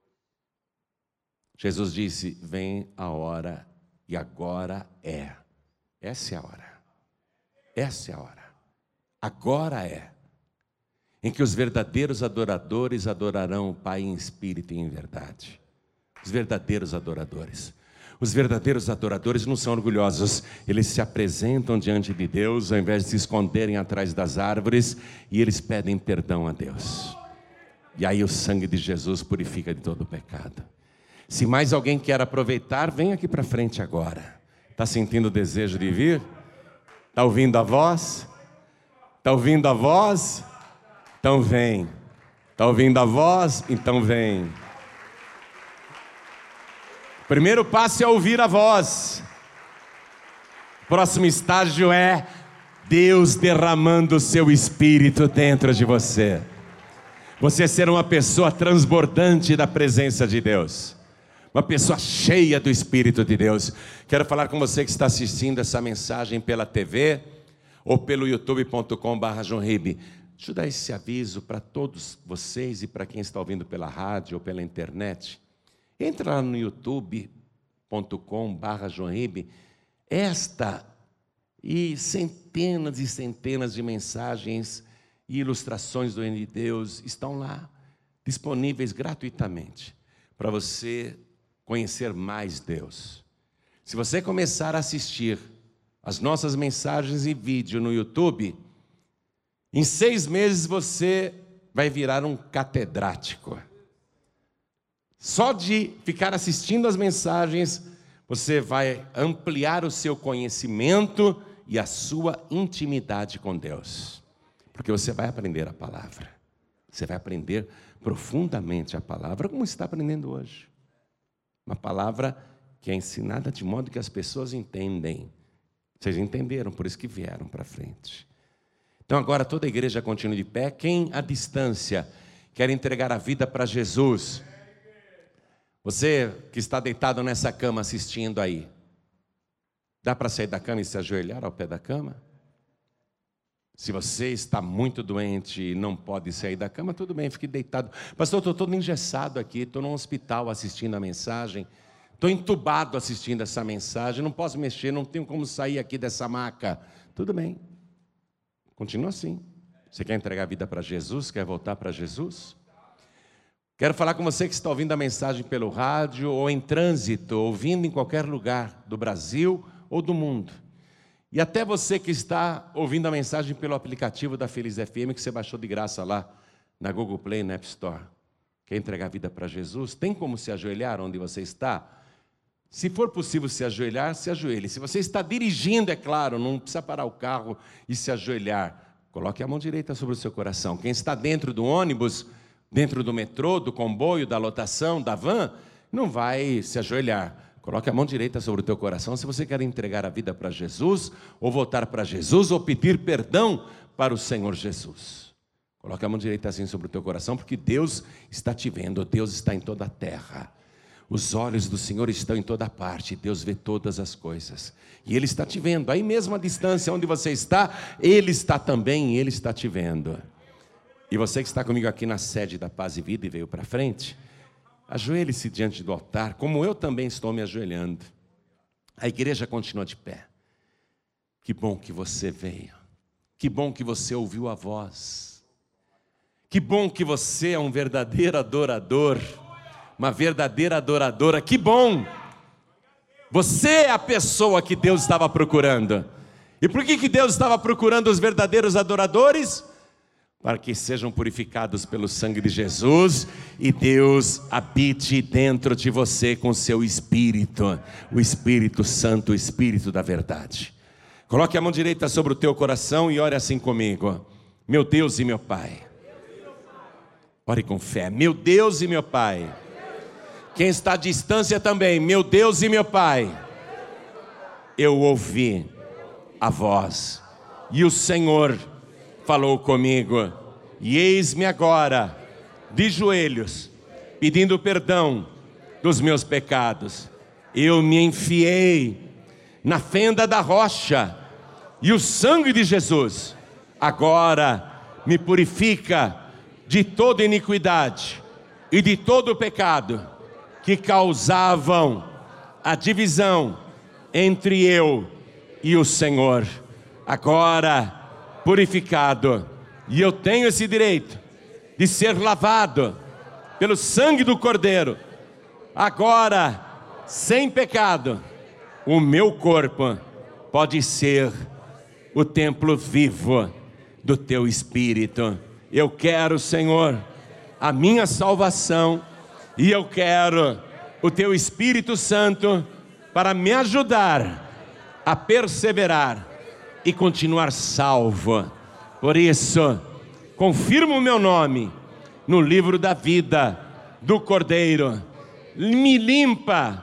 Jesus disse: vem a hora, e agora é. Essa é a hora. Essa é a hora. Agora é. Em que os verdadeiros adoradores adorarão o Pai em espírito e em verdade. Os verdadeiros adoradores. Os verdadeiros adoradores não são orgulhosos. Eles se apresentam diante de Deus, ao invés de se esconderem atrás das árvores, e eles pedem perdão a Deus. E aí o sangue de Jesus purifica de todo o pecado. Se mais alguém quer aproveitar, vem aqui para frente agora. Está sentindo o desejo de vir? Está ouvindo a voz? Está ouvindo a voz? Então vem. Está ouvindo a voz? Então vem. O primeiro passo é ouvir a voz. O próximo estágio é Deus derramando o seu Espírito dentro de você. Você ser uma pessoa transbordante da presença de Deus. Uma pessoa cheia do Espírito de Deus. Quero falar com você que está assistindo essa mensagem pela TV ou pelo youtube.com/joãoribe. Deixa eu dar esse aviso para todos vocês e para quem está ouvindo pela rádio ou pela internet. Entra lá no youtube.com/joãoribe. Esta e centenas de mensagens e ilustrações do Reino de Deus estão lá, disponíveis gratuitamente, para você conhecer mais Deus. Se você começar a assistir as nossas mensagens em vídeo no YouTube, em 6 meses você vai virar um catedrático. Só de ficar assistindo as mensagens, você vai ampliar o seu conhecimento e a sua intimidade com Deus. Porque você vai aprender a palavra. Você vai aprender profundamente a palavra, como está aprendendo hoje. Uma palavra que é ensinada de modo que as pessoas entendem. Vocês entenderam, por isso que vieram para frente. Então agora toda a igreja continua de pé. Quem à distância quer entregar a vida para Jesus? Você que está deitado nessa cama assistindo aí, dá para sair da cama e se ajoelhar ao pé da cama? Se você está muito doente e não pode sair da cama, tudo bem, fique deitado. Pastor, estou todo engessado aqui, estou num hospital assistindo a mensagem, estou entubado assistindo essa mensagem, não posso mexer, não tenho como sair aqui dessa maca. Tudo bem, continua assim. Você quer entregar a vida para Jesus? Quer voltar para Jesus? Quero falar com você que está ouvindo a mensagem pelo rádio ou em trânsito, ouvindo em qualquer lugar do Brasil ou do mundo. E até você que está ouvindo a mensagem pelo aplicativo da Feliz FM, que você baixou de graça lá na Google Play, na App Store. Quer entregar a vida para Jesus? Tem como se ajoelhar onde você está? Se for possível se ajoelhar, se ajoelhe. Se você está dirigindo, é claro, não precisa parar o carro e se ajoelhar. Coloque a mão direita sobre o seu coração. Quem está dentro do ônibus, dentro do metrô, do comboio, da lotação, da van, não vai se ajoelhar. Coloque a mão direita sobre o teu coração se você quer entregar a vida para Jesus, ou voltar para Jesus, ou pedir perdão para o Senhor Jesus. Coloque a mão direita assim sobre o teu coração, porque Deus está te vendo, Deus está em toda a terra. Os olhos do Senhor estão em toda parte, Deus vê todas as coisas. E Ele está te vendo, aí mesmo à distância onde você está, Ele está também, Ele está te vendo. E você que está comigo aqui na sede da Paz e Vida e veio para frente, ajoelhe-se diante do altar, como eu também estou me ajoelhando. A igreja continua de pé. Que bom que você veio. Que bom que você ouviu a voz. Que bom que você é um verdadeiro adorador. Uma verdadeira adoradora. Que bom! Você é a pessoa que Deus estava procurando. E por que Deus estava procurando os verdadeiros adoradores? Para que sejam purificados pelo sangue de Jesus e Deus habite dentro de você com o seu Espírito, o Espírito Santo, o Espírito da verdade. Coloque a mão direita sobre o teu coração e ore assim comigo. Meu Deus e meu Pai. Ore com fé. Meu Deus e meu Pai. Quem está à distância também. Meu Deus e meu Pai. Eu ouvi a voz e o Senhor falou comigo, e eis-me agora, de joelhos, pedindo perdão dos meus pecados. Eu me enfiei na fenda da rocha, e o sangue de Jesus agora me purifica de toda iniquidade e de todo pecado que causavam a divisão entre eu e o Senhor. Agora purificado, e eu tenho esse direito de ser lavado pelo sangue do Cordeiro. Agora, sem pecado, o meu corpo pode ser o templo vivo do teu Espírito. Eu quero, Senhor, a minha salvação, e eu quero o teu Espírito Santo para me ajudar a perseverar e continuar salvo. Por isso, confirma o meu nome no livro da vida do Cordeiro. Me limpa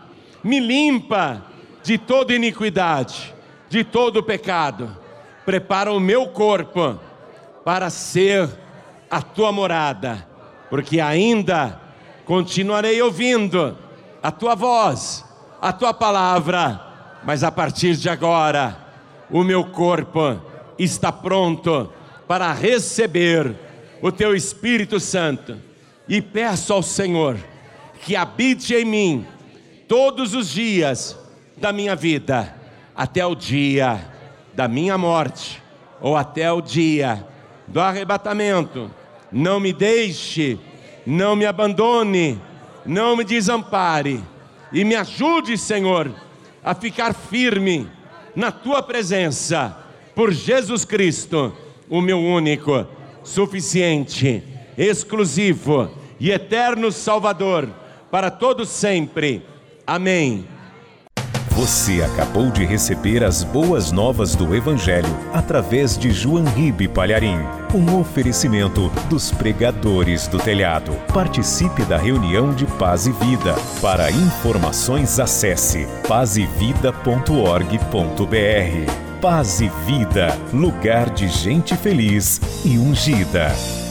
de toda iniquidade, de todo pecado. Prepara o meu corpo para ser a tua morada, porque ainda continuarei ouvindo a tua voz, a tua palavra, mas a partir de agora, o meu corpo está pronto para receber o teu Espírito Santo. E peço ao Senhor que habite em mim todos os dias da minha vida, até o dia da minha morte, ou até o dia do arrebatamento. Não me deixe, não me abandone, não me desampare, e me ajude, Senhor, a ficar firme na tua presença, por Jesus Cristo, o meu único, suficiente, exclusivo e eterno Salvador, para todos sempre. Amém. Você acabou de receber as boas novas do Evangelho através de João Ribe Palharim, um oferecimento dos pregadores do telhado. Participe da reunião de Paz e Vida. Para informações, acesse pazevida.org.br. Paz e Vida, lugar de gente feliz e ungida.